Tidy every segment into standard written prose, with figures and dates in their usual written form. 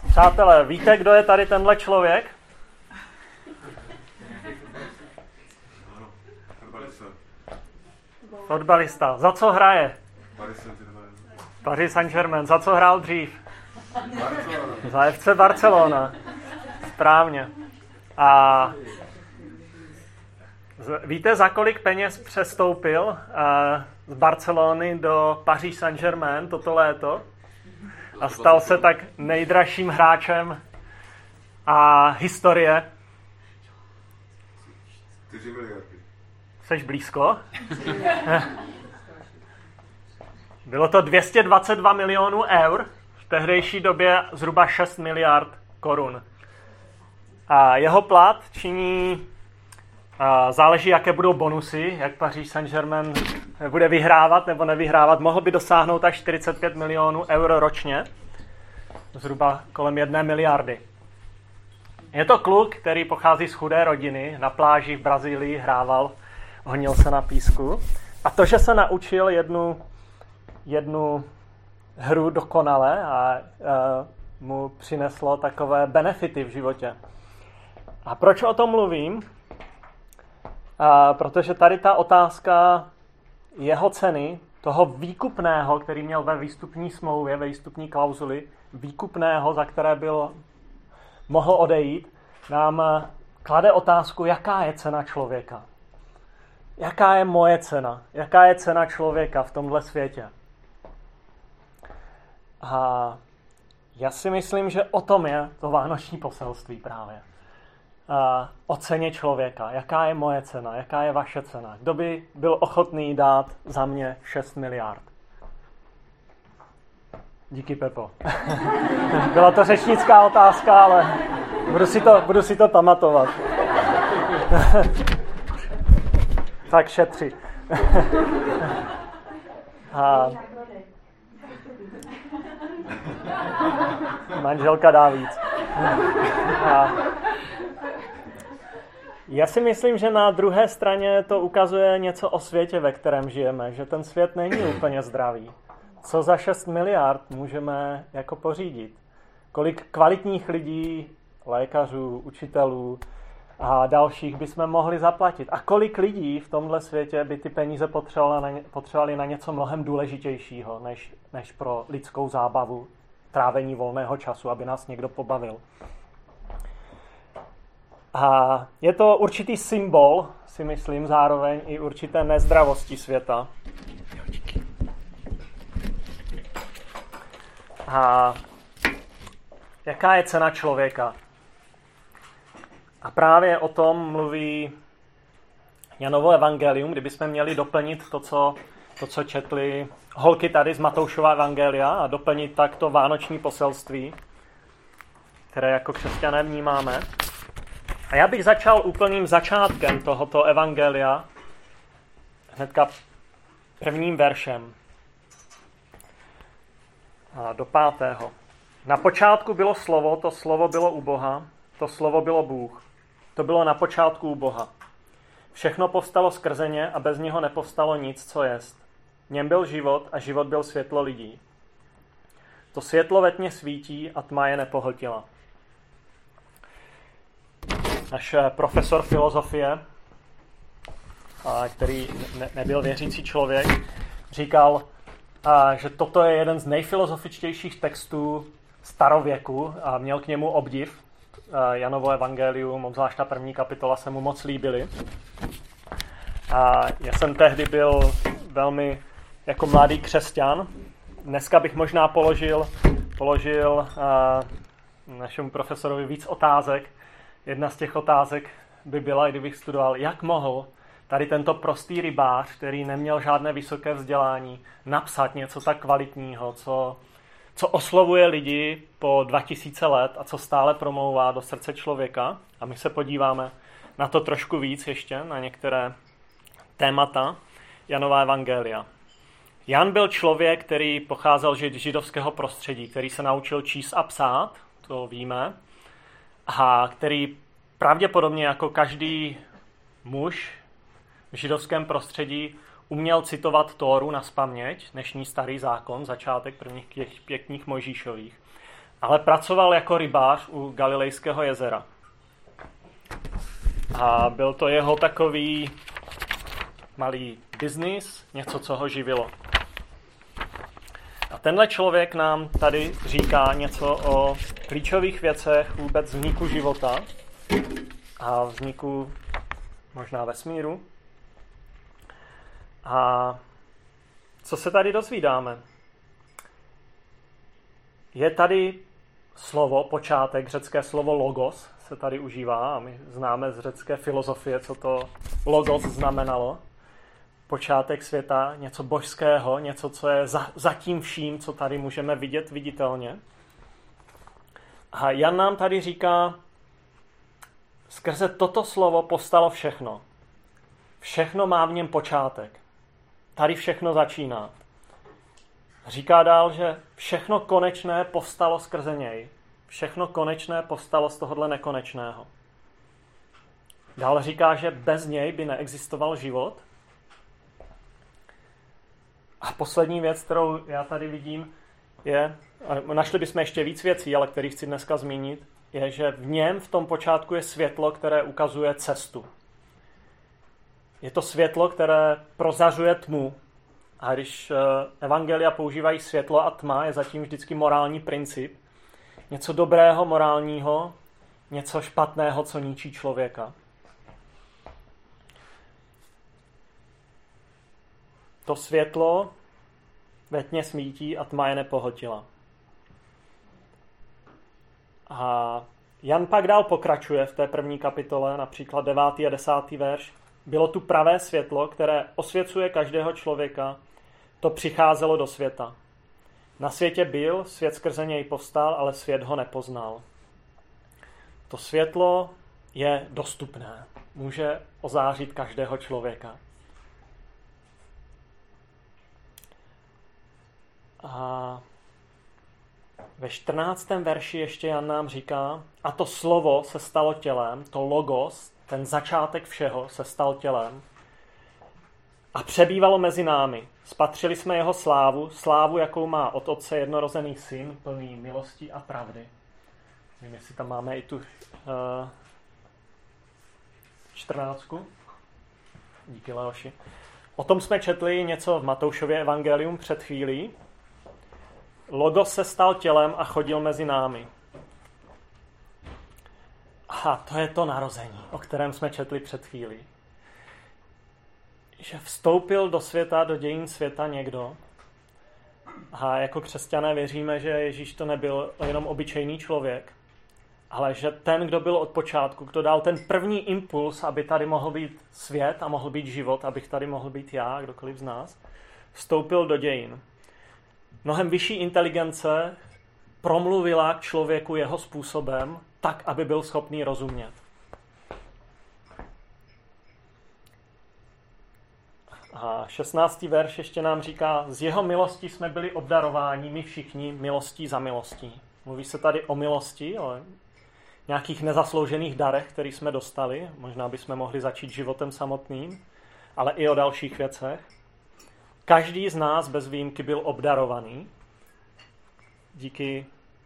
Přátelé, víte, kdo je tady tenhle člověk? Fotbalista. Za co hraje? Paris Saint-Germain. Za co hrál dřív? Za FC Barcelona. Správně. A víte, za kolik peněz přestoupil z Barcelony do Paris Saint-Germain toto léto? A stal se tak nejdražším hráčem a historie. 4 miliardy. Jseš blízko? Bylo to 222 milionů eur, v tehdejší době zhruba 6 miliard korun. A jeho plat činí, záleží, jaké budou bonusy, jak Paris Saint-Germain bude vyhrávat nebo nevyhrávat, mohl by dosáhnout až 45 milionů eur ročně, zhruba kolem 1 miliardy. Je to kluk, který pochází z chudé rodiny, na pláži v Brazílii hrával, honil se na písku. A to, že se naučil jednu hru dokonale a mu přineslo takové benefity v životě. A proč o tom mluvím? Protože tady ta otázka jeho ceny, toho výkupného, který měl ve výstupní smlouvě, ve výstupní klauzuli, výkupného, za které mohl odejít, nám klade otázku, jaká je cena člověka. Jaká je moje cena? Jaká je cena člověka v tomhle světě? A já si myslím, že o tom je to vánoční poselství právě. O ceně člověka. Jaká je moje cena? Jaká je vaše cena? Kdo by byl ochotný dát za mě 6 miliard? Díky, Pepo. Byla to řečnická otázka, ale budu si to pamatovat. Tak šetři. Manželka dá víc. Já si myslím, že na druhé straně to ukazuje něco o světě, ve kterém žijeme, že ten svět není úplně zdravý. Co za 6 miliard můžeme jako pořídit? Kolik kvalitních lidí, lékařů, učitelů a dalších bychom mohli zaplatit? A kolik lidí v tomhle světě by ty peníze potřebovali na něco mnohem důležitějšího, než pro lidskou zábavu, trávení volného času, aby nás někdo pobavil? A je to určitý symbol, si myslím, zároveň i určité nezdravosti světa. A jaká je cena člověka? A právě o tom mluví Janovo evangelium, kdybychom měli doplnit to, co četli holky tady z Matoušova evangelia a doplnit tak to vánoční poselství, které jako křesťané vnímáme. A já bych začal úplným začátkem tohoto evangelia, hnedka prvním veršem. A do 5. Na počátku bylo slovo, to slovo bylo u Boha, to slovo bylo Bůh. To bylo na počátku u Boha. Všechno povstalo skrze ně a bez něho nepovstalo nic, co jest. V něm byl život a život byl světlo lidí. To světlo ve tmě svítí a tma je nepohltila. Náš profesor filozofie, který nebyl věřící člověk, říkal, že toto je jeden z nejfilozofičtějších textů starověku a měl k němu obdiv. Janovo evangelium, obzvlášť ta 1. kapitola, se mu moc líbily. A já jsem tehdy byl velmi jako mladý křesťan. Dneska bych možná položil našemu profesorovi víc otázek. Jedna z těch otázek by byla, kdybych studoval, jak mohl tady tento prostý rybář, který neměl žádné vysoké vzdělání, napsat něco tak kvalitního, co oslovuje lidi po 2000 let a co stále promlouvá do srdce člověka. A my se podíváme na to trošku víc ještě, na některé témata Janova evangelia. Jan byl člověk, který pocházel z židovského prostředí, který se naučil číst a psát, to víme, a který pravděpodobně jako každý muž v židovském prostředí uměl citovat Tóru nazpaměť, dnešní starý zákon, začátek prvních 5 knih Mojžíšových. ale pracoval jako rybář u Galilejského jezera. A byl to jeho takový malý biznis, něco, co ho živilo. A tenhle člověk nám tady říká něco o klíčových věcech vůbec vzniku života a vzniku možná vesmíru. A co se tady dozvídáme? Je tady slovo, počátek, řecké slovo logos se tady užívá a my známe z řecké filozofie, co to logos znamenalo. Počátek světa, něco božského, něco, co je za tím vším, co tady můžeme vidět viditelně. A Jan nám tady říká, skrze toto slovo povstalo všechno. Všechno má v něm počátek. Tady všechno začíná. Říká dál, že všechno konečné povstalo skrze něj. Všechno konečné povstalo z tohohle nekonečného. Dále říká, že bez něj by neexistoval život. A poslední věc, kterou já tady vidím, je, našli bychom ještě víc věcí, ale který chci dneska zmínit, je, že v něm v tom počátku je světlo, které ukazuje cestu. Je to světlo, které prozařuje tmu. A když evangelia používají světlo a tma, je zatím vždycky morální princip. Něco dobrého, morálního, něco špatného, co ničí člověka. To světlo ve tmě svítí a tma je nepohltila. A Jan pak dál pokračuje v té první kapitole, například 9. a 10. verš. Bylo tu pravé světlo, které osvěcuje každého člověka, to přicházelo do světa. Na světě byl, svět skrze něj povstal, ale svět ho nepoznal. To světlo je dostupné. Může ozářit každého člověka. A ve 14. verši ještě Jan nám říká, a to slovo se stalo tělem, to logos, ten začátek všeho se stal tělem a přebývalo mezi námi. Spatřili jsme jeho slávu, jakou má od Otce jednorozený syn, plný milostí a pravdy. Nevím, jestli tam máme i tu 14. Díky, Leoši. O tom jsme četli něco v Matoušově evangelium před chvílí. Logos se stal tělem a chodil mezi námi. A to je to narození, o kterém jsme četli před chvílí. Že vstoupil do světa, do dějin světa někdo. A jako křesťané věříme, že Ježíš to nebyl jenom obyčejný člověk, ale že ten, kdo byl od počátku, kdo dal ten první impuls, aby tady mohl být svět a mohl být život, abych tady mohl být já, kdokoliv z nás, vstoupil do dějin. Mnohem vyšší inteligence promluvila k člověku jeho způsobem, tak, aby byl schopný rozumět. A 16. verš ještě nám říká, z jeho milostí jsme byli obdarováni, my všichni, milostí za milostí. Mluví se tady o milosti, o nějakých nezasloužených darech, které jsme dostali. Možná bychom mohli začít životem samotným, ale i o dalších věcech. Každý z nás bez výjimky byl obdarovaný díky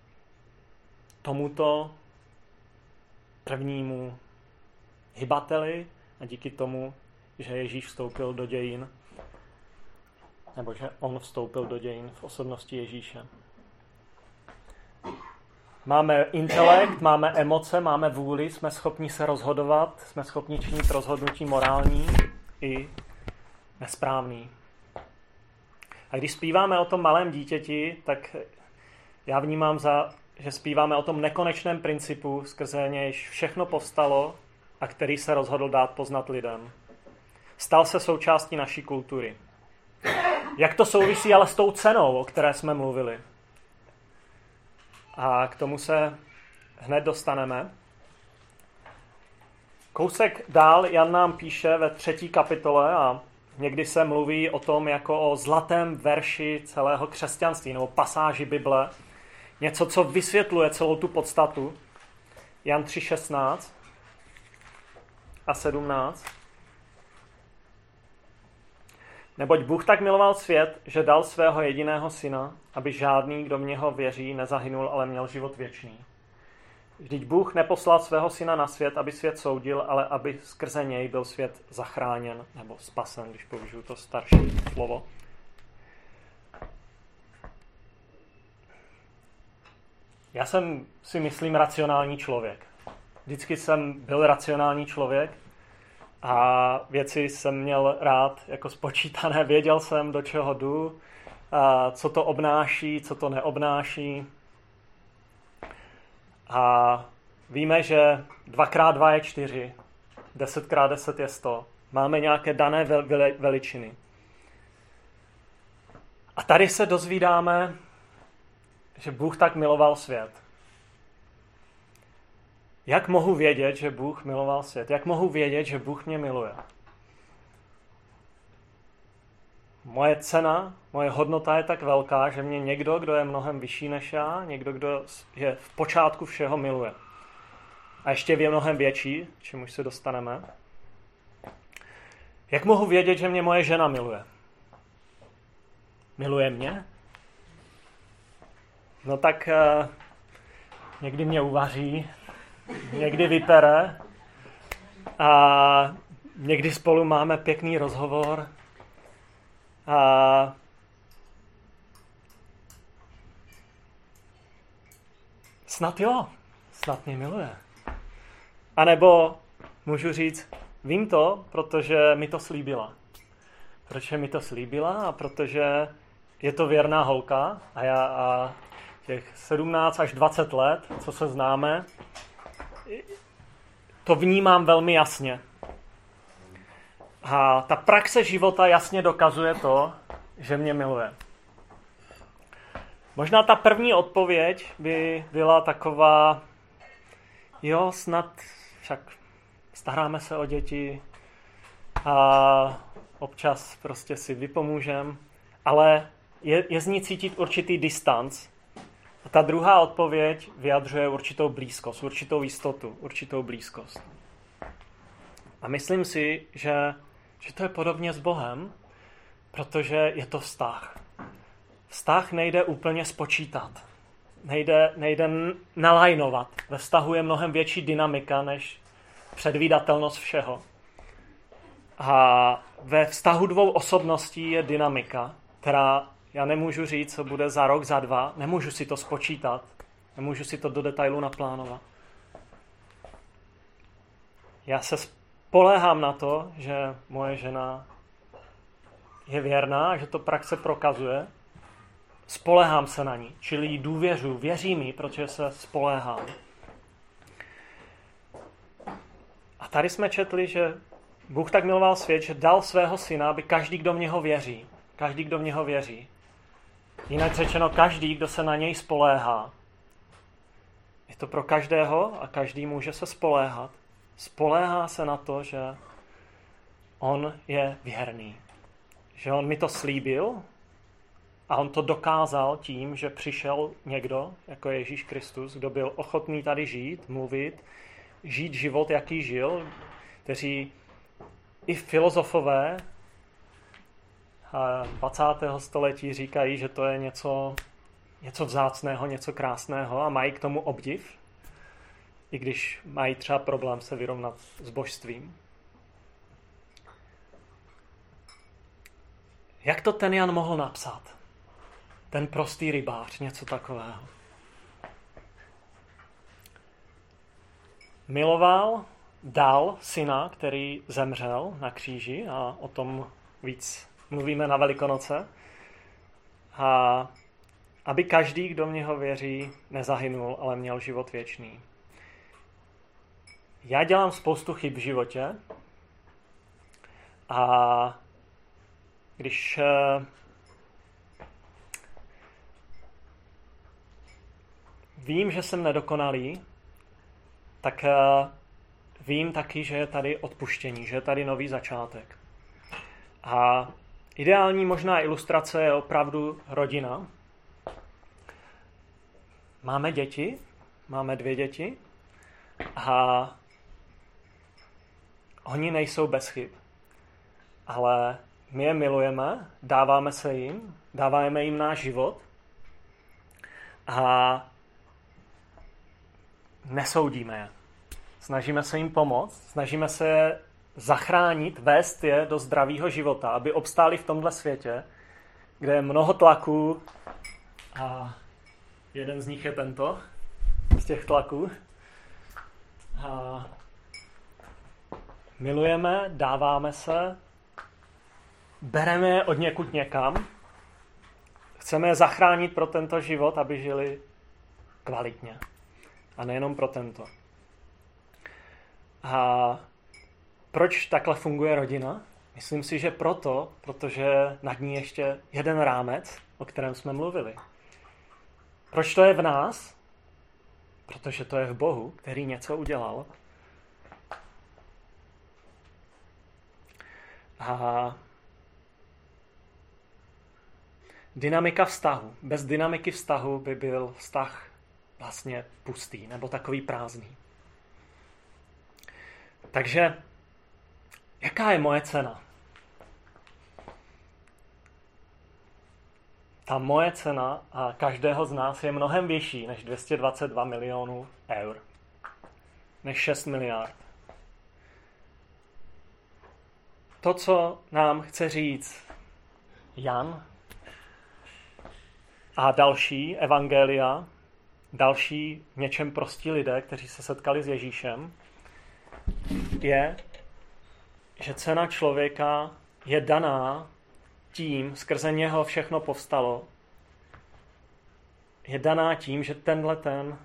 tomuto prvnímu hybateli a díky tomu, že Ježíš vstoupil do dějin, nebo že on vstoupil do dějin v osobnosti Ježíše. Máme intelekt, máme emoce, máme vůli, jsme schopni se rozhodovat, jsme schopni činit rozhodnutí morální i nesprávný. A když zpíváme o tom malém dítěti, tak já vnímám, že zpíváme o tom nekonečném principu, skrze nějž všechno povstalo a který se rozhodl dát poznat lidem. Stal se součástí naší kultury. Jak to souvisí ale s tou cenou, o které jsme mluvili? A k tomu se hned dostaneme. Kousek dál Jan nám píše ve 3. kapitole a někdy se mluví o tom jako o zlatém verši celého křesťanství nebo pasáži Bible. Něco, co vysvětluje celou tu podstatu. Jan 3:16 a 17. Neboť Bůh tak miloval svět, že dal svého jediného syna, aby žádný, kdo v něho věří, nezahynul, ale měl život věčný. Vždyť Bůh neposlal svého syna na svět, aby svět soudil, ale aby skrze něj byl svět zachráněn nebo spasen, když použiju to starší slovo. Já jsem si myslím racionální člověk. Vždycky jsem byl racionální člověk a věci jsem měl rád jako spočítané. Věděl jsem, do čeho jdu, co to obnáší, co to neobnáší. A víme, že 2x2 je 4, 10x10 je 100. Máme nějaké dané veličiny. A tady se dozvídáme, že Bůh tak miloval svět. Jak mohu vědět, že Bůh miloval svět? Jak mohu vědět, že Bůh mě miluje? Moje cena, moje hodnota je tak velká, že mě někdo, kdo je mnohem vyšší než já, někdo, kdo je v počátku všeho, miluje. A ještě je mnohem větší, čemuž se dostaneme. Jak mohu vědět, že mě moje žena miluje? Miluje mě? No tak někdy mě uvaří, někdy vypere a někdy spolu máme pěkný rozhovor a snad jo, snad mě miluje. A nebo můžu říct, vím to, protože mi to slíbila. Protože mi to slíbila a protože je to věrná holka a těch 17 až 20 let, co se známe, to vnímám velmi jasně. A ta praxe života jasně dokazuje to, že mě miluje. Možná ta první odpověď by byla taková, jo, snad však staráme se o děti a občas prostě si vypomůžem, ale je z ní cítit určitý distanc. A ta druhá odpověď vyjadřuje určitou blízkost, určitou jistotu, určitou blízkost. A myslím si, že to je podobně s Bohem, protože je to vztah. Vztah nejde úplně spočítat. Nejde nalajnovat. Ve vztahu je mnohem větší dynamika než předvídatelnost všeho. A ve vztahu dvou osobností je dynamika, která já nemůžu říct, co bude za rok, za 2, nemůžu si to spočítat, nemůžu si to do detailu naplánovat. Já se spoléhám na to, že moje žena je věrná, že to praxe prokazuje. Spoléhám se na ní, čili jí důvěřuji, věřím jí, protože se spoléhám. A tady jsme četli, že Bůh tak miloval svět, že dal svého syna, aby každý, kdo v něho věří. Jinak řečeno, každý, kdo se na něj spoléhá. Je to pro každého a každý může se spoléhat. Spoléhá se na to, že on je věrný. Že on mi to slíbil a on to dokázal tím, že přišel někdo, jako Ježíš Kristus, kdo byl ochotný tady žít, mluvit, žít život, jaký žil, kteří i filozofové 20. století říkají, že to je něco vzácného, něco krásného a mají k tomu obdiv, i když mají třeba problém se vyrovnat s božstvím. Jak to ten Jan mohl napsat? Ten prostý rybář, něco takového. Miloval, dal syna, který zemřel na kříži a o tom víc mluvíme na Velikonoce. A aby každý, kdo v něho věří, nezahynul, ale měl život věčný. Já dělám spoustu chyb v životě a když vím, že jsem nedokonalý, tak vím taky, že je tady odpuštění, že je tady nový začátek. A ideální možná ilustrace je opravdu rodina. Máme děti, máme 2 děti a oni nejsou bez chyb. Ale my je milujeme, dáváme se jim, dáváme jim náš život a nesoudíme je. Snažíme se jim pomoct, snažíme se je zachránit, vést je do zdravého života, aby obstáli v tomhle světě, kde je mnoho tlaků a jeden z nich je tento, z těch tlaků. A milujeme, dáváme se, bereme je od někud někam, chceme je zachránit pro tento život, aby žili kvalitně. A nejenom pro tento. A proč takhle funguje rodina? Myslím si, že protože nad ní ještě jeden rámec, o kterém jsme mluvili. Proč to je v nás? Protože to je v Bohu, který něco udělal. A dynamika vztahu. Bez dynamiky vztahu by byl vztah vlastně pustý, nebo takový prázdný. Takže, jaká je moje cena? Ta moje cena a každého z nás je mnohem vyšší než 222 milionů eur. Než 6 miliard. To, co nám chce říct Jan a další evangelia, další v něčem prostí lidé, kteří se setkali s Ježíšem, je, že cena člověka je daná tím, skrze něho všechno povstalo, je daná tím, že ten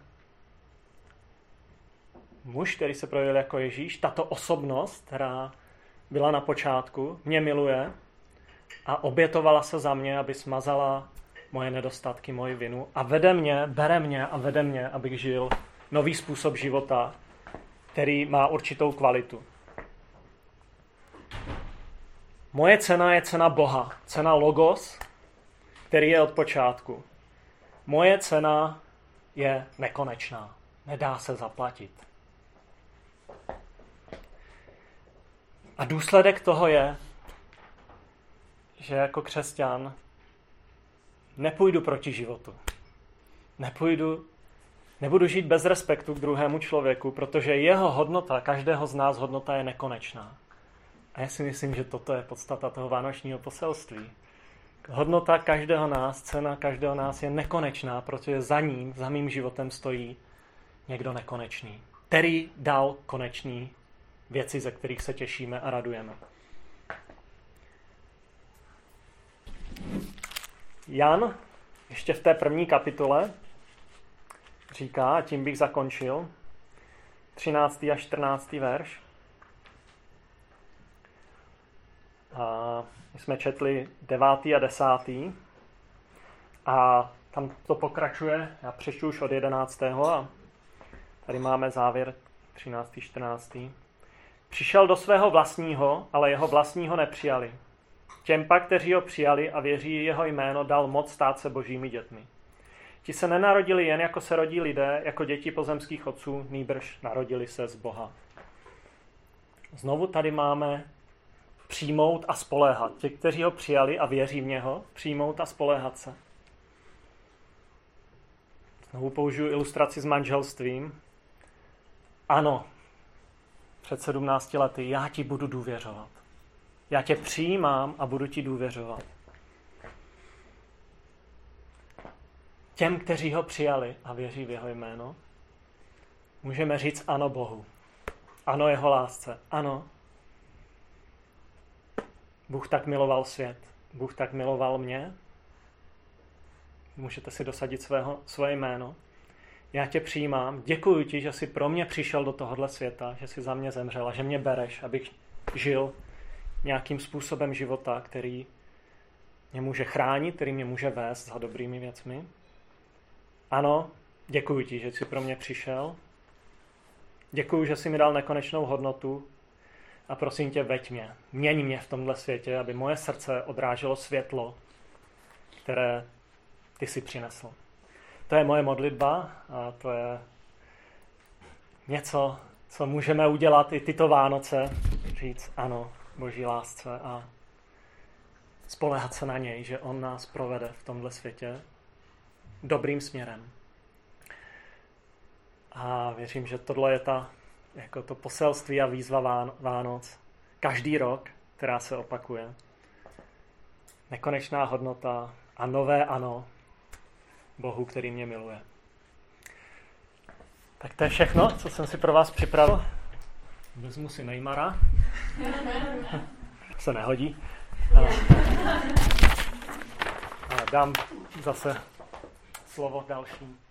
muž, který se projevil jako Ježíš, tato osobnost, která byla na počátku, mě miluje a obětovala se za mě, aby smazala moje nedostatky, moji vinu a bere mě a vede mě, abych žil nový způsob života, který má určitou kvalitu. Moje cena je cena Boha, cena Logos, který je od počátku. Moje cena je nekonečná, nedá se zaplatit. A důsledek toho je, že jako křesťan nepůjdu proti životu. Nebudu žít bez respektu k druhému člověku, protože jeho hodnota, každého z nás hodnota je nekonečná. A já si myslím, že toto je podstata toho vánočního poselství. Hodnota každého nás, cena každého nás je nekonečná, protože za mým životem stojí někdo nekonečný, který dal konečný věci, ze kterých se těšíme a radujeme. Jan ještě v té první kapitole říká, a tím bych zakončil, 13. a 14. verš. A my jsme četli 9. a 10. A tam to pokračuje, já přečtu už od 11. a tady máme závěr 13. 14. Přišel do svého vlastního, ale jeho vlastního nepřijali. Těm pak, kteří ho přijali a věří jeho jméno, dal moc stát se božími dětmi. Ti se nenarodili jen jako se rodí lidé, jako děti pozemských otců, nýbrž narodili se z Boha. Znovu tady máme přijmout a spoléhat. Ti, kteří ho přijali a věří v něho, přijmout a spoléhat se. Znovu použiju ilustraci s manželstvím. Ano, před 17 lety já ti budu důvěřovat. Já tě přijímám a budu ti důvěřovat. Těm, kteří ho přijali a věří v jeho jméno, můžeme říct ano Bohu. Ano jeho lásce. Ano. Bůh tak miloval svět. Bůh tak miloval mě. Můžete si dosadit svoje jméno. Já tě přijímám. Děkuji ti, že jsi pro mě přišel do tohohle světa, že jsi za mě zemřel a že mě bereš, abych žil nějakým způsobem života, který mě může chránit, který mě může vést za dobrými věcmi. Ano, děkuji ti, že jsi pro mě přišel. Děkuji, že jsi mi dal nekonečnou hodnotu a prosím tě, veď mě. Měň mě v tomhle světě, aby moje srdce odráželo světlo, které ty jsi přinesl. To je moje modlitba a to je něco, co můžeme udělat i tyto Vánoce. Říct ano Boží lásce a spoléhat se na něj, že on nás provede v tomhle světě dobrým směrem. A věřím, že tohle je to poselství a výzva Vánoc každý rok, která se opakuje. Nekonečná hodnota a nové ano Bohu, který mě miluje. Tak to je všechno, co jsem si pro vás připravil. Vezmu si Neymara. Se nehodí. Ale dám zase slovo dalším.